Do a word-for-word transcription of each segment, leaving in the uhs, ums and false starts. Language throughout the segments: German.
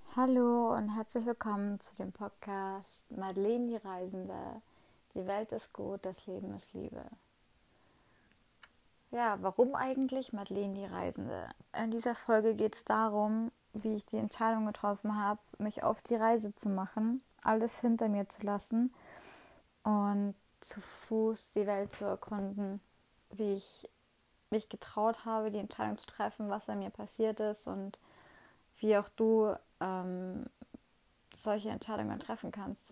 Hallo und herzlich willkommen zu dem Podcast Madeleine die Reisende. Die Welt ist gut, das Leben ist Liebe. Ja, warum eigentlich Madeleine die Reisende? In dieser Folge geht es darum, wie ich die Entscheidung getroffen habe, mich auf die Reise zu machen, alles hinter mir zu lassen und zu Fuß die Welt zu erkunden, wie ich mich getraut habe, die Entscheidung zu treffen, was an mir passiert ist und wie auch du ähm, solche Entscheidungen treffen kannst.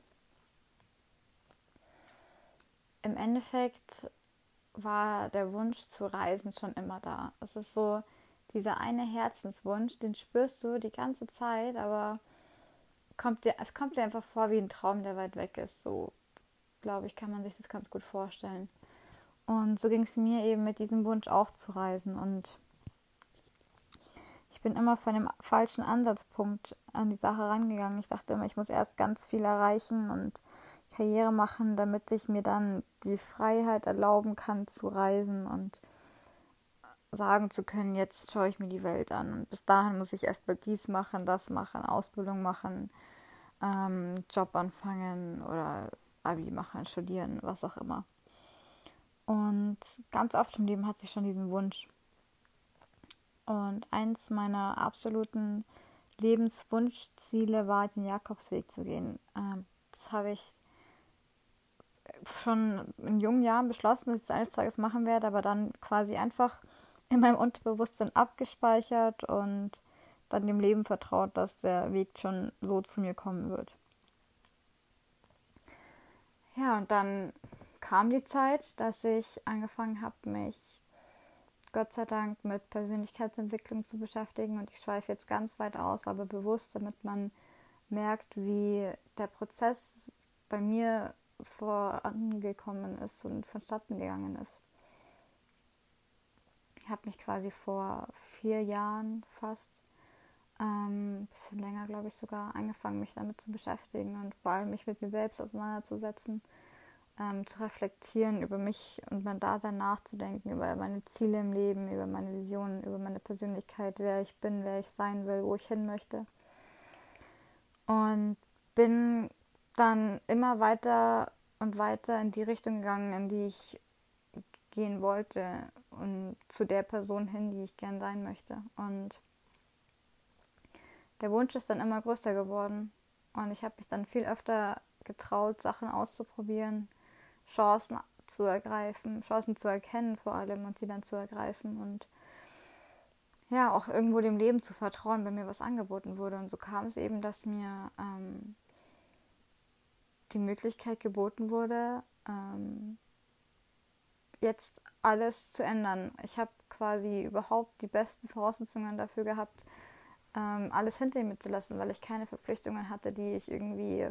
Im Endeffekt war der Wunsch zu reisen schon immer da. Es ist so dieser eine Herzenswunsch, den spürst du die ganze Zeit, aber kommt dir, es kommt dir einfach vor wie ein Traum, der weit weg ist. So, glaube ich, kann man sich das ganz gut vorstellen. Und so ging es mir eben mit diesem Wunsch auch zu reisen. Und ich bin immer von dem falschen Ansatzpunkt an die Sache rangegangen. Ich dachte immer, ich muss erst ganz viel erreichen und Karriere machen, damit ich mir dann die Freiheit erlauben kann zu reisen und sagen zu können, jetzt schaue ich mir die Welt an. Und bis dahin muss ich erst mal dies machen, das machen, Ausbildung machen, ähm, Job anfangen oder Abi machen, studieren, was auch immer. Und ganz oft im Leben hatte ich schon diesen Wunsch. Und eins meiner absoluten Lebenswunschziele war, den Jakobsweg zu gehen. Ähm, das habe ich schon in jungen Jahren beschlossen, dass ich es eines Tages machen werde, aber dann quasi einfach in meinem Unterbewusstsein abgespeichert und dann dem Leben vertraut, dass der Weg schon so zu mir kommen wird. Ja, und dann kam die Zeit, dass ich angefangen habe, mich Gott sei Dank mit Persönlichkeitsentwicklung zu beschäftigen, und ich schweife jetzt ganz weit aus, aber bewusst, damit man merkt, wie der Prozess bei mir vorangekommen ist und vonstatten gegangen ist. Ich habe mich quasi vor vier Jahren fast, ähm, ein bisschen länger glaube ich sogar, angefangen, mich damit zu beschäftigen und vor allem mich mit mir selbst auseinanderzusetzen, ähm, zu reflektieren, über mich und mein Dasein nachzudenken, über meine Ziele im Leben, über meine Visionen, über meine Persönlichkeit, wer ich bin, wer ich sein will, wo ich hin möchte. Und bin dann immer weiter und weiter in die Richtung gegangen, in die ich gehen wollte und zu der Person hin, die ich gern sein möchte. Und der Wunsch ist dann immer größer geworden. Und ich habe mich dann viel öfter getraut, Sachen auszuprobieren, Chancen zu ergreifen, Chancen zu erkennen vor allem und die dann zu ergreifen und ja, auch irgendwo dem Leben zu vertrauen, wenn mir was angeboten wurde. Und so kam es eben, dass mir ähm, die Möglichkeit geboten wurde, ähm, jetzt alles zu ändern. Ich habe quasi überhaupt die besten Voraussetzungen dafür gehabt, ähm, alles hinter mir zu lassen, weil ich keine Verpflichtungen hatte, die ich irgendwie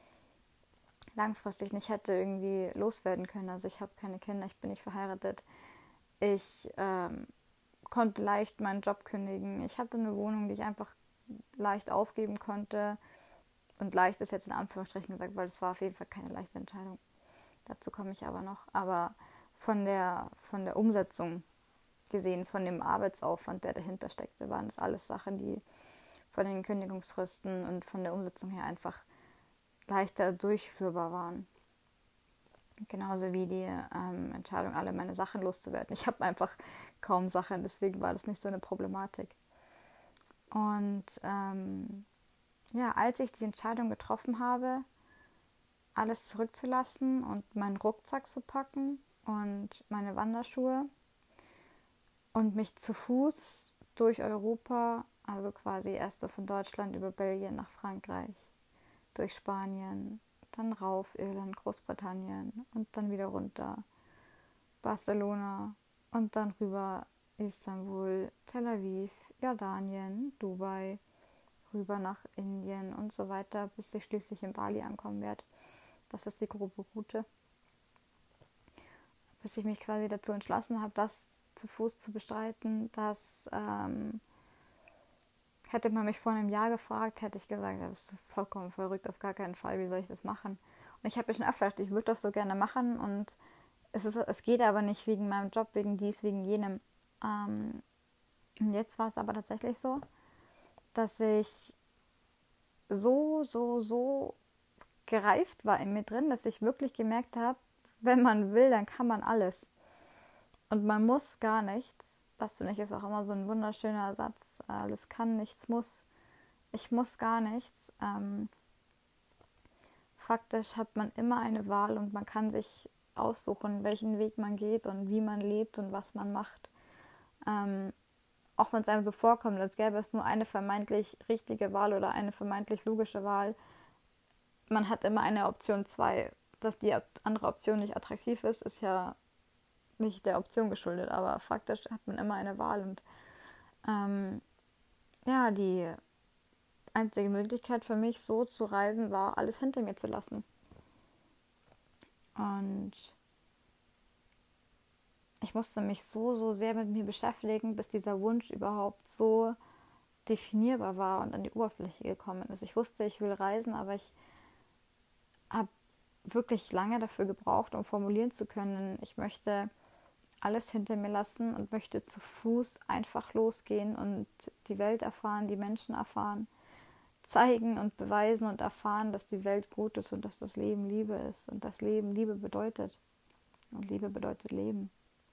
langfristig nicht hätte irgendwie loswerden können. Also ich habe keine Kinder, ich bin nicht verheiratet. Ich ähm, konnte leicht meinen Job kündigen. Ich hatte eine Wohnung, die ich einfach leicht aufgeben konnte. Und leicht ist jetzt in Anführungsstrichen gesagt, weil es war auf jeden Fall keine leichte Entscheidung. Dazu komme ich aber noch. Aber von der, von der Umsetzung gesehen, von dem Arbeitsaufwand, der dahinter steckte, waren das alles Sachen, die von den Kündigungsfristen und von der Umsetzung her einfach leichter durchführbar waren. Genauso wie die ähm, Entscheidung, alle meine Sachen loszuwerden. Ich habe einfach kaum Sachen, deswegen war das nicht so eine Problematik. Und ähm, ja, als ich die Entscheidung getroffen habe, alles zurückzulassen und meinen Rucksack zu packen und meine Wanderschuhe und mich zu Fuß durch Europa, also quasi erstmal von Deutschland über Belgien nach Frankreich, durch Spanien, dann rauf Irland, Großbritannien und dann wieder runter Barcelona und dann rüber Istanbul, Tel Aviv, Jordanien, Dubai, rüber nach Indien und so weiter, bis ich schließlich in Bali ankommen werde. Das ist die grobe Route. Bis ich mich quasi dazu entschlossen habe, das zu Fuß zu bestreiten, das ähm, hätte man mich vor einem Jahr gefragt, hätte ich gesagt, das ist vollkommen verrückt, auf gar keinen Fall, wie soll ich das machen? Und ich habe mir schon öfter gedacht, ich würde das so gerne machen und es, ist, es geht aber nicht wegen meinem Job, wegen dies, wegen jenem. Ähm, und jetzt war es aber tatsächlich so, dass ich so, so, so gereift war in mir drin, dass ich wirklich gemerkt habe, wenn man will, dann kann man alles. Und man muss gar nichts. Das finde ich ist auch immer so ein wunderschöner Satz. Alles kann, nichts muss. Ich muss gar nichts. Ähm, faktisch hat man immer eine Wahl und man kann sich aussuchen, welchen Weg man geht und wie man lebt und was man macht. Ähm, auch wenn es einem so vorkommt, als gäbe es nur eine vermeintlich richtige Wahl oder eine vermeintlich logische Wahl, man hat immer eine Option zwei. Dass die andere Option nicht attraktiv ist, ist ja nicht der Option geschuldet, aber faktisch hat man immer eine Wahl und ähm, ja, die einzige Möglichkeit für mich, so zu reisen, war, alles hinter mir zu lassen. Und ich musste mich so, so sehr mit mir beschäftigen, bis dieser Wunsch überhaupt so definierbar war und an die Oberfläche gekommen ist. Ich wusste, ich will reisen, aber ich habe wirklich lange dafür gebraucht, um formulieren zu können, ich möchte alles hinter mir lassen und möchte zu Fuß einfach losgehen und die Welt erfahren, die Menschen erfahren, zeigen und beweisen und erfahren, dass die Welt gut ist und dass das Leben Liebe ist und das Leben Liebe bedeutet. Und Liebe bedeutet Leben.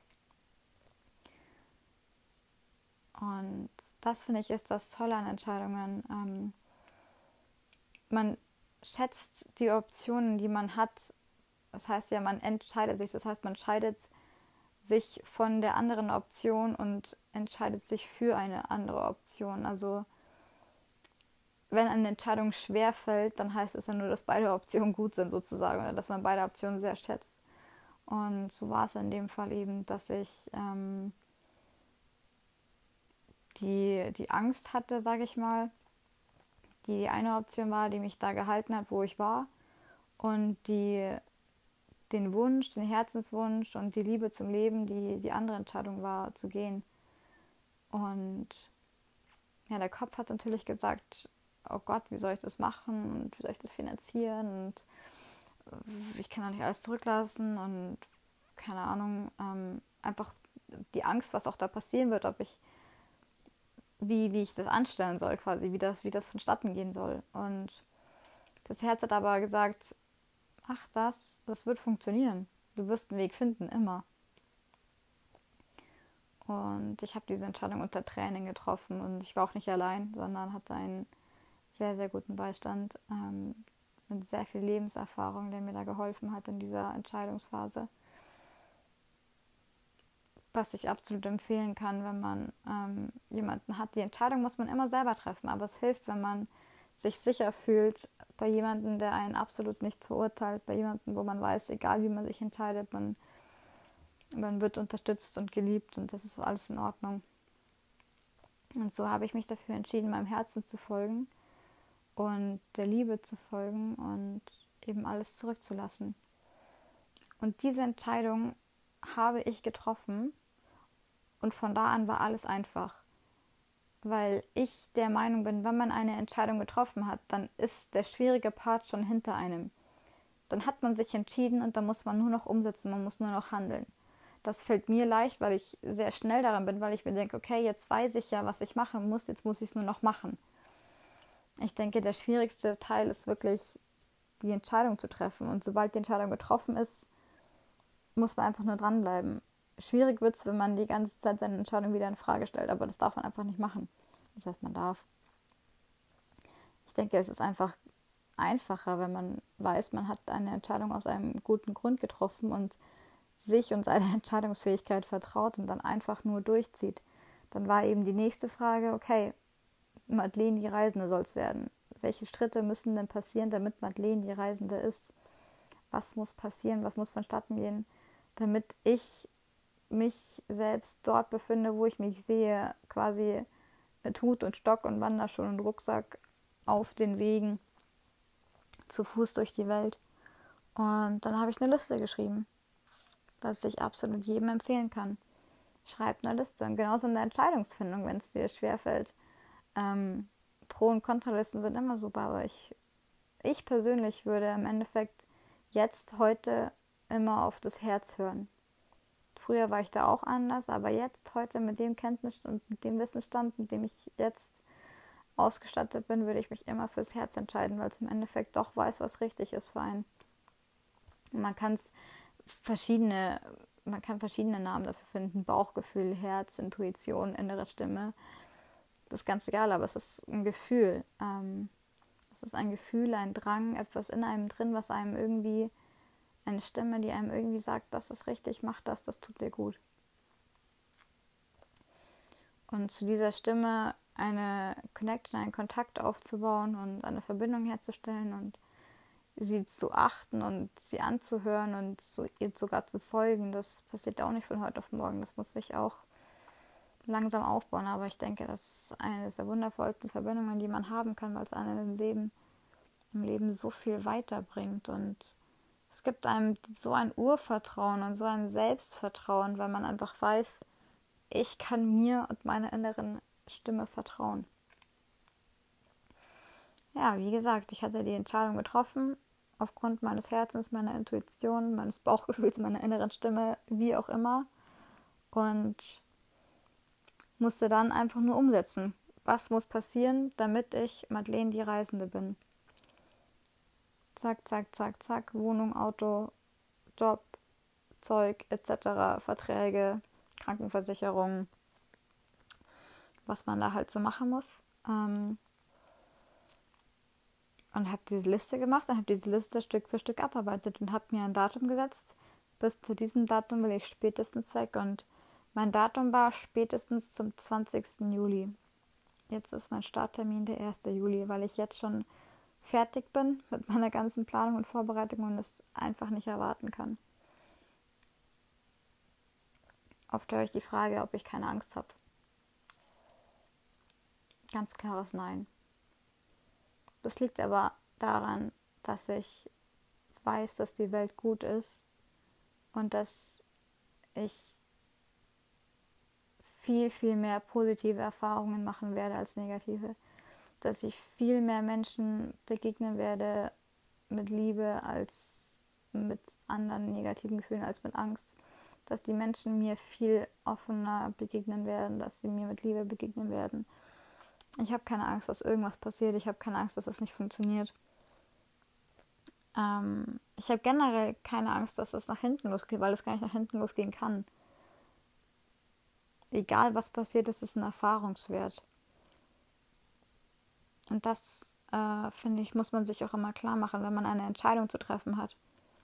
Und das, finde ich, ist das Tolle an Entscheidungen. Ähm, man schätzt die Optionen, die man hat. Das heißt ja, man entscheidet sich. Das heißt, man scheidet sich von der anderen Option und entscheidet sich für eine andere Option. Also wenn eine Entscheidung schwer fällt, dann heißt es ja nur, dass beide Optionen gut sind sozusagen oder dass man beide Optionen sehr schätzt. Und so war es in dem Fall eben, dass ich ähm, die, die Angst hatte, sage ich mal, die die eine Option war, die mich da gehalten hat, wo ich war, und die den Wunsch, den Herzenswunsch und die Liebe zum Leben, die die andere Entscheidung war, zu gehen. Und ja, der Kopf hat natürlich gesagt, oh Gott, wie soll ich das machen und wie soll ich das finanzieren und ich kann doch nicht alles zurücklassen und keine Ahnung, ähm, einfach die Angst, was auch da passieren wird, ob ich, wie, wie ich das anstellen soll quasi, wie das, wie das vonstatten gehen soll. Und das Herz hat aber gesagt, ach das, das wird funktionieren. Du wirst einen Weg finden, immer. Und ich habe diese Entscheidung unter Tränen getroffen und ich war auch nicht allein, sondern hatte einen sehr, sehr guten Beistand ähm, mit sehr viel Lebenserfahrung, der mir da geholfen hat in dieser Entscheidungsphase. Was ich absolut empfehlen kann, wenn man ähm, jemanden hat. Die Entscheidung muss man immer selber treffen, aber es hilft, wenn man sich sicher fühlt bei jemandem, der einen absolut nicht verurteilt, bei jemandem, wo man weiß, egal wie man sich entscheidet, man, man wird unterstützt und geliebt und das ist alles in Ordnung. Und so habe ich mich dafür entschieden, meinem Herzen zu folgen und der Liebe zu folgen und eben alles zurückzulassen. Und diese Entscheidung habe ich getroffen und von da an war alles einfach. Weil ich der Meinung bin, wenn man eine Entscheidung getroffen hat, dann ist der schwierige Part schon hinter einem. Dann hat man sich entschieden und dann muss man nur noch umsetzen, man muss nur noch handeln. Das fällt mir leicht, weil ich sehr schnell daran bin, weil ich mir denke, okay, jetzt weiß ich ja, was ich machen muss, jetzt muss ich es nur noch machen. Ich denke, der schwierigste Teil ist wirklich, die Entscheidung zu treffen. Und sobald die Entscheidung getroffen ist, muss man einfach nur dranbleiben. Schwierig wird es, wenn man die ganze Zeit seine Entscheidung wieder in Frage stellt, aber das darf man einfach nicht machen. Das heißt, man darf. Ich denke, es ist einfach einfacher, wenn man weiß, man hat eine Entscheidung aus einem guten Grund getroffen und sich und seiner Entscheidungsfähigkeit vertraut und dann einfach nur durchzieht. Dann war eben die nächste Frage, okay, Madeleine die Reisende soll es werden. Welche Schritte müssen denn passieren, damit Madeleine die Reisende ist? Was muss passieren, was muss vonstatten gehen, damit ich mich selbst dort befinde, wo ich mich sehe, quasi mit Hut und Stock und Wanderschuhen und Rucksack auf den Wegen zu Fuß durch die Welt. Und dann habe ich eine Liste geschrieben, was ich absolut jedem empfehlen kann. Schreib eine Liste. Und genauso in der Entscheidungsfindung, wenn es dir schwerfällt. Ähm, Pro- und Kontralisten sind immer super, aber ich, ich persönlich würde im Endeffekt jetzt, heute immer auf das Herz hören. Früher war ich da auch anders, aber jetzt, heute mit dem Kenntnisstand, mit dem Wissensstand, mit dem ich jetzt ausgestattet bin, würde ich mich immer fürs Herz entscheiden, weil es im Endeffekt doch weiß, was richtig ist für einen. Man kann es verschiedene, man kann verschiedene Namen dafür finden: Bauchgefühl, Herz, Intuition, innere Stimme. Das ist ganz egal, aber es ist ein Gefühl. Ähm, es ist ein Gefühl, ein Drang, etwas in einem drin, was einem irgendwie, eine Stimme, die einem irgendwie sagt, das ist richtig, mach das, das tut dir gut. Und zu dieser Stimme eine Connection, einen Kontakt aufzubauen und eine Verbindung herzustellen und sie zu achten und sie anzuhören und so ihr sogar zu folgen, das passiert auch nicht von heute auf morgen. Das muss sich auch langsam aufbauen. Aber ich denke, das ist eine der wundervollsten Verbindungen, die man haben kann, weil es einem im Leben, im Leben so viel weiterbringt. Und es gibt einem so ein Urvertrauen und so ein Selbstvertrauen, weil man einfach weiß, ich kann mir und meiner inneren Stimme vertrauen. Ja, wie gesagt, ich hatte die Entscheidung getroffen, aufgrund meines Herzens, meiner Intuition, meines Bauchgefühls, meiner inneren Stimme, wie auch immer. Und musste dann einfach nur umsetzen. Was muss passieren, damit ich Madeleine die Reisende bin? Zack, zack, zack, zack, Wohnung, Auto, Job, Zeug et cetera, Verträge, Krankenversicherung, was man da halt so machen muss. Ähm, und habe diese Liste gemacht und habe diese Liste Stück für Stück abarbeitet und habe mir ein Datum gesetzt. Bis zu diesem Datum will ich spätestens weg. Und mein Datum war spätestens zum zwanzigsten Juli. Jetzt ist mein Starttermin der erste Juli, weil ich jetzt schon fertig bin mit meiner ganzen Planung und Vorbereitung und es einfach nicht erwarten kann. Oft höre ich die Frage, ob ich keine Angst habe. Ganz klares Nein. Das liegt aber daran, dass ich weiß, dass die Welt gut ist und dass ich viel, viel mehr positive Erfahrungen machen werde als negative. Dass ich viel mehr Menschen begegnen werde mit Liebe als mit anderen negativen Gefühlen, als mit Angst. Dass die Menschen mir viel offener begegnen werden, dass sie mir mit Liebe begegnen werden. Ich habe keine Angst, dass irgendwas passiert. Ich habe keine Angst, dass es nicht funktioniert. Ähm, ich habe generell keine Angst, dass es nach hinten losgeht, weil es gar nicht nach hinten losgehen kann. Egal was passiert, ist es ein Erfahrungswert. Und das, äh, finde ich, muss man sich auch immer klar machen, wenn man eine Entscheidung zu treffen hat.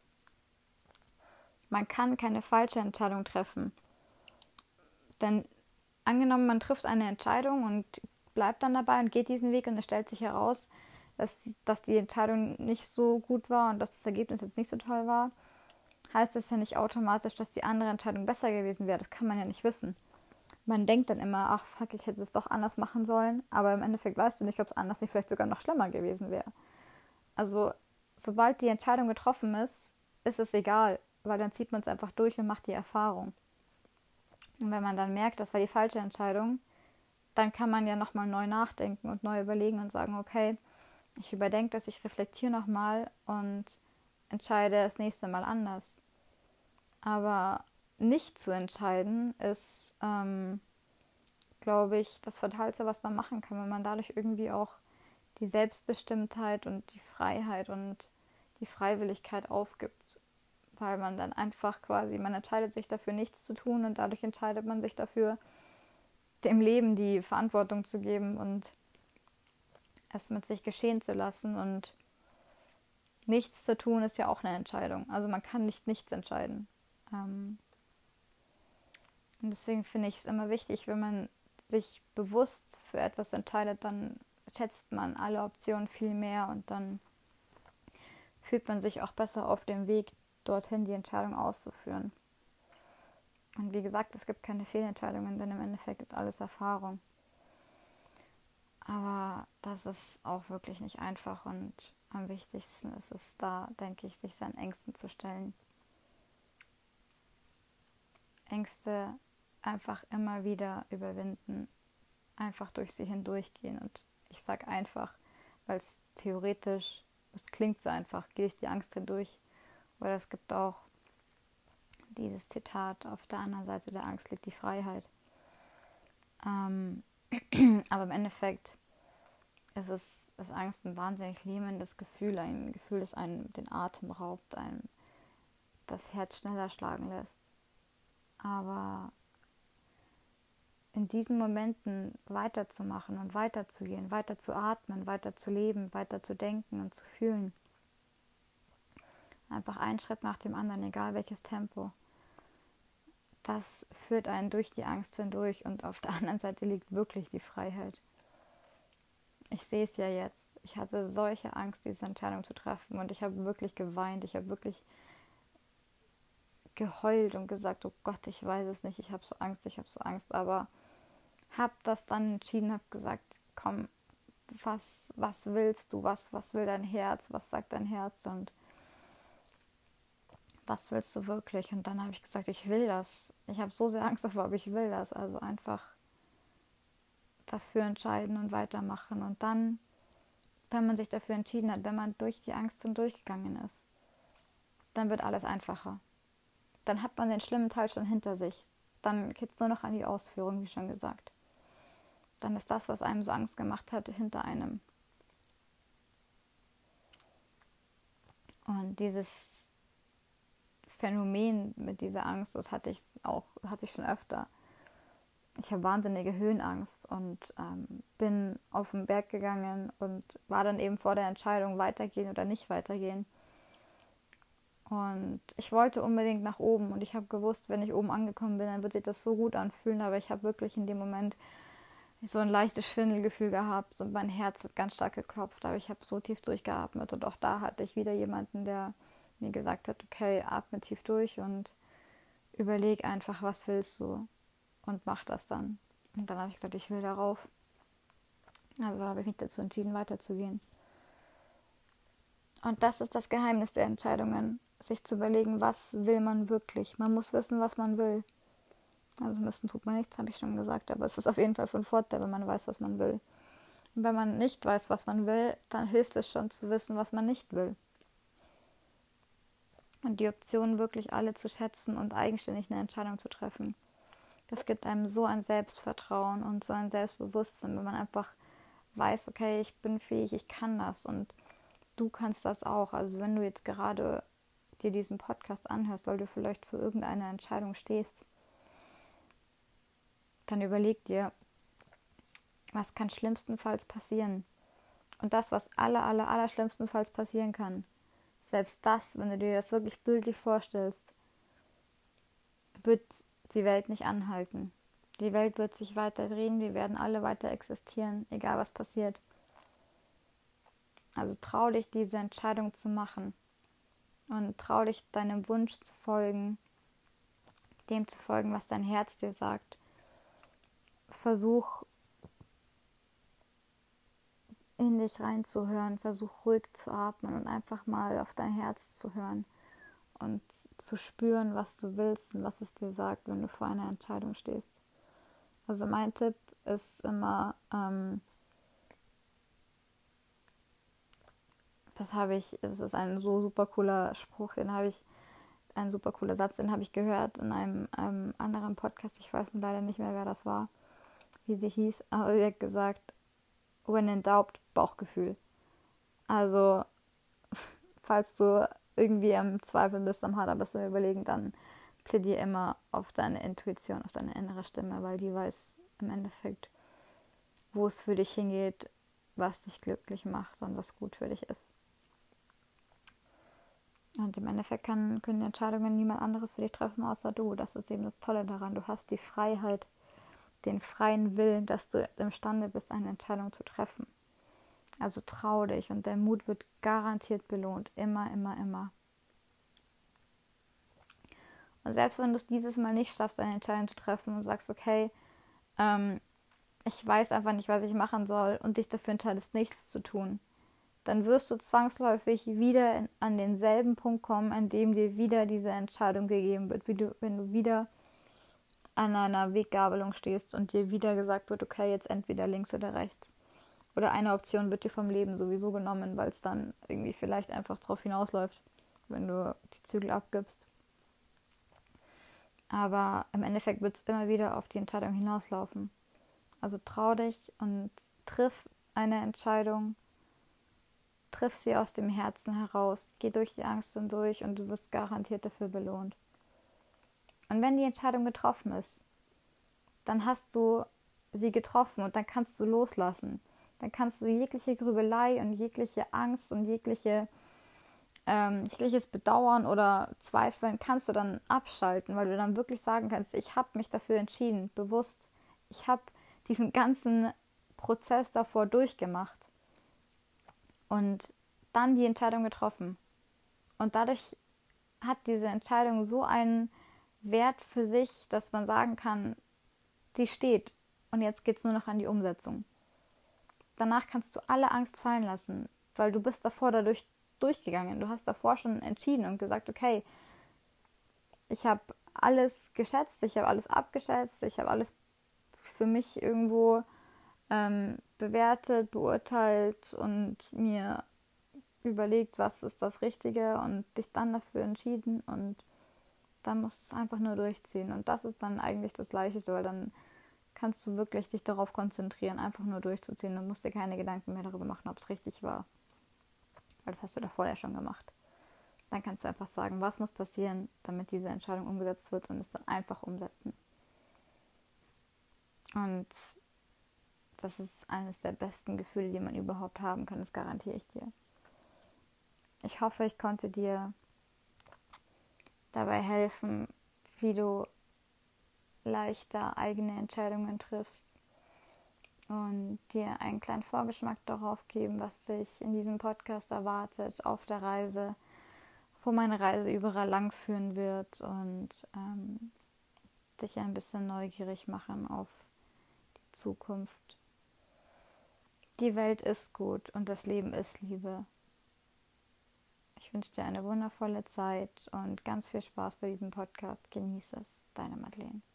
Man kann keine falsche Entscheidung treffen. Denn angenommen, man trifft eine Entscheidung und bleibt dann dabei und geht diesen Weg und es stellt sich heraus, dass, dass die Entscheidung nicht so gut war und dass das Ergebnis jetzt nicht so toll war, heißt das ja nicht automatisch, dass die andere Entscheidung besser gewesen wäre. Das kann man ja nicht wissen. Man denkt dann immer, ach fuck, ich hätte es doch anders machen sollen, aber im Endeffekt weißt du nicht, ob es anders nicht vielleicht sogar noch schlimmer gewesen wäre. Also, sobald die Entscheidung getroffen ist, ist es egal, weil dann zieht man es einfach durch und macht die Erfahrung. Und wenn man dann merkt, das war die falsche Entscheidung, dann kann man ja nochmal neu nachdenken und neu überlegen und sagen, okay, ich überdenke das, ich reflektiere nochmal und entscheide das nächste Mal anders. Aber nicht zu entscheiden ist, ähm, glaube ich, das Fatalste, was man machen kann, wenn man dadurch irgendwie auch die Selbstbestimmtheit und die Freiheit und die Freiwilligkeit aufgibt. Weil man dann einfach quasi, man entscheidet sich dafür, nichts zu tun und dadurch entscheidet man sich dafür, dem Leben die Verantwortung zu geben und es mit sich geschehen zu lassen. Und nichts zu tun ist ja auch eine Entscheidung. Also man kann nicht nichts entscheiden. Ähm und deswegen finde ich es immer wichtig, wenn man sich bewusst für etwas entscheidet, dann schätzt man alle Optionen viel mehr und dann fühlt man sich auch besser auf dem Weg dorthin, die Entscheidung auszuführen. Und wie gesagt, es gibt keine Fehlentscheidungen, denn im Endeffekt ist alles Erfahrung. Aber das ist auch wirklich nicht einfach und am wichtigsten ist es da, denke ich, sich seinen Ängsten zu stellen. Ängste einfach immer wieder überwinden, einfach durch sie hindurchgehen. Und ich sage einfach, weil es theoretisch, es klingt so einfach, gehe ich die Angst hindurch. Oder es gibt auch dieses Zitat, auf der anderen Seite der Angst liegt die Freiheit. Ähm, aber im Endeffekt es ist, ist Angst ein wahnsinnig lähmendes Gefühl, ein Gefühl, das einem den Atem raubt, einem das Herz schneller schlagen lässt. Aber in diesen Momenten weiterzumachen und weiterzugehen, weiter zu atmen, weiter zu leben, weiter zu denken und zu fühlen. Einfach einen Schritt nach dem anderen, egal welches Tempo. Das führt einen durch die Angst hindurch und auf der anderen Seite liegt wirklich die Freiheit. Ich sehe es ja jetzt. Ich hatte solche Angst, diese Entscheidung zu treffen und ich habe wirklich geweint. Ich habe wirklich geheult und gesagt, oh Gott, ich weiß es nicht, ich habe so Angst, ich habe so Angst. Aber habe das dann entschieden, habe gesagt, komm, was, was willst du, was, was will dein Herz, was sagt dein Herz und was willst du wirklich? Und dann habe ich gesagt, ich will das. Ich habe so sehr Angst davor, aber ich will das. Also einfach dafür entscheiden und weitermachen. Und dann, wenn man sich dafür entschieden hat, wenn man durch die Angst hindurchgegangen ist, dann wird alles einfacher. Dann hat man den schlimmen Teil schon hinter sich. Dann geht es nur noch an die Ausführung, wie schon gesagt. Dann ist das, was einem so Angst gemacht hat, hinter einem. Und dieses Phänomen mit dieser Angst, das hatte ich auch, hatte ich schon öfter. Ich habe wahnsinnige Höhenangst und ähm, bin auf den Berg gegangen und war dann eben vor der Entscheidung, weitergehen oder nicht weitergehen. Und ich wollte unbedingt nach oben und ich habe gewusst, wenn ich oben angekommen bin, dann wird sich das so gut anfühlen, aber ich habe wirklich in dem Moment so ein leichtes Schwindelgefühl gehabt und mein Herz hat ganz stark geklopft, aber ich habe so tief durchgeatmet und auch da hatte ich wieder jemanden, der mir gesagt hat, okay, atme tief durch und überleg einfach, was willst du und mach das dann. Und dann habe ich gesagt, ich will darauf. Also habe ich mich dazu entschieden, weiterzugehen. Und das ist das Geheimnis der Entscheidungen, sich zu überlegen, was will man wirklich. Man muss wissen, was man will. Also müssen tut man nichts, habe ich schon gesagt, aber es ist auf jeden Fall von Vorteil, wenn man weiß, was man will. Und wenn man nicht weiß, was man will, dann hilft es schon zu wissen, was man nicht will. Und die Optionen wirklich alle zu schätzen und eigenständig eine Entscheidung zu treffen. Das gibt einem so ein Selbstvertrauen und so ein Selbstbewusstsein, wenn man einfach weiß, okay, ich bin fähig, ich kann das und du kannst das auch. Also wenn du jetzt gerade dir diesen Podcast anhörst, weil du vielleicht für irgendeine Entscheidung stehst, dann überleg dir, was kann schlimmstenfalls passieren. Und das, was aller, aller, aller schlimmstenfalls passieren kann, selbst das, wenn du dir das wirklich bildlich vorstellst, wird die Welt nicht anhalten. Die Welt wird sich weiter drehen, wir werden alle weiter existieren, egal was passiert. Also trau dich, diese Entscheidung zu machen und trau dich, deinem Wunsch zu folgen, dem zu folgen, was dein Herz dir sagt. Versuch, in dich reinzuhören, versuch ruhig zu atmen und einfach mal auf dein Herz zu hören und zu spüren, was du willst und was es dir sagt, wenn du vor einer Entscheidung stehst. Also mein Tipp ist immer, ähm, das habe ich, es ist ein so super cooler Spruch, den habe ich, ein super cooler Satz, den habe ich gehört in einem, einem anderen Podcast, ich weiß leider nicht mehr, wer das war, wie sie hieß, aber sie hat gesagt, when in doubt, Bauchgefühl. Also, falls du irgendwie am Zweifeln bist, am Hadern bist, am Überlegen, dann plädier immer auf deine Intuition, auf deine innere Stimme, weil die weiß im Endeffekt, wo es für dich hingeht, was dich glücklich macht und was gut für dich ist. Und im Endeffekt kann, können die Entscheidungen niemand anderes für dich treffen, außer du. Das ist eben das Tolle daran. Du hast die Freiheit, den freien Willen, dass du imstande bist, eine Entscheidung zu treffen. Also trau dich und dein Mut wird garantiert belohnt. Immer, immer, immer. Und selbst wenn du es dieses Mal nicht schaffst, eine Entscheidung zu treffen und sagst, okay, ähm, ich weiß einfach nicht, was ich machen soll und dich dafür entscheidest, nichts zu tun, dann wirst du zwangsläufig wieder in, an denselben Punkt kommen, an dem dir wieder diese Entscheidung gegeben wird, wie du, wenn du wieder an einer Weggabelung stehst und dir wieder gesagt wird, okay, jetzt entweder links oder rechts. Oder eine Option wird dir vom Leben sowieso genommen, weil es dann irgendwie vielleicht einfach drauf hinausläuft, wenn du die Zügel abgibst. Aber im Endeffekt wird es immer wieder auf die Entscheidung hinauslaufen. Also trau dich und triff eine Entscheidung, triff sie aus dem Herzen heraus, geh durch die Angst hindurch und du wirst garantiert dafür belohnt. Und wenn die Entscheidung getroffen ist, dann hast du sie getroffen und dann kannst du loslassen. Dann kannst du jegliche Grübelei und jegliche Angst und jegliche, ähm, jegliches Bedauern oder Zweifeln kannst du dann abschalten, weil du dann wirklich sagen kannst, ich habe mich dafür entschieden, bewusst. Ich habe diesen ganzen Prozess davor durchgemacht und dann die Entscheidung getroffen. Und dadurch hat diese Entscheidung so einen Wert für sich, dass man sagen kann, sie steht und jetzt geht es nur noch an die Umsetzung. Danach kannst du alle Angst fallen lassen, weil du bist davor dadurch durchgegangen. Du hast davor schon entschieden und gesagt, okay, ich habe alles geschätzt, ich habe alles abgeschätzt, ich habe alles für mich irgendwo ähm, bewertet, beurteilt und mir überlegt, was ist das Richtige und dich dann dafür entschieden und dann musst du es einfach nur durchziehen. Und das ist dann eigentlich das Leichteste, weil dann kannst du wirklich dich darauf konzentrieren, einfach nur durchzuziehen und musst dir keine Gedanken mehr darüber machen, ob es richtig war. Weil das hast du davor ja schon gemacht. Dann kannst du einfach sagen, was muss passieren, damit diese Entscheidung umgesetzt wird und es dann einfach umsetzen. Und das ist eines der besten Gefühle, die man überhaupt haben kann, das garantiere ich dir. Ich hoffe, ich konnte dir dabei helfen, wie du leichter eigene Entscheidungen triffst und dir einen kleinen Vorgeschmack darauf geben, was dich in diesem Podcast erwartet auf der Reise, wo meine Reise überall lang führen wird und ähm, dich ein bisschen neugierig machen auf die Zukunft. Die Welt ist gut und das Leben ist Liebe. Ich wünsche dir eine wundervolle Zeit und ganz viel Spaß bei diesem Podcast. Genieße es. Deine Madeleine.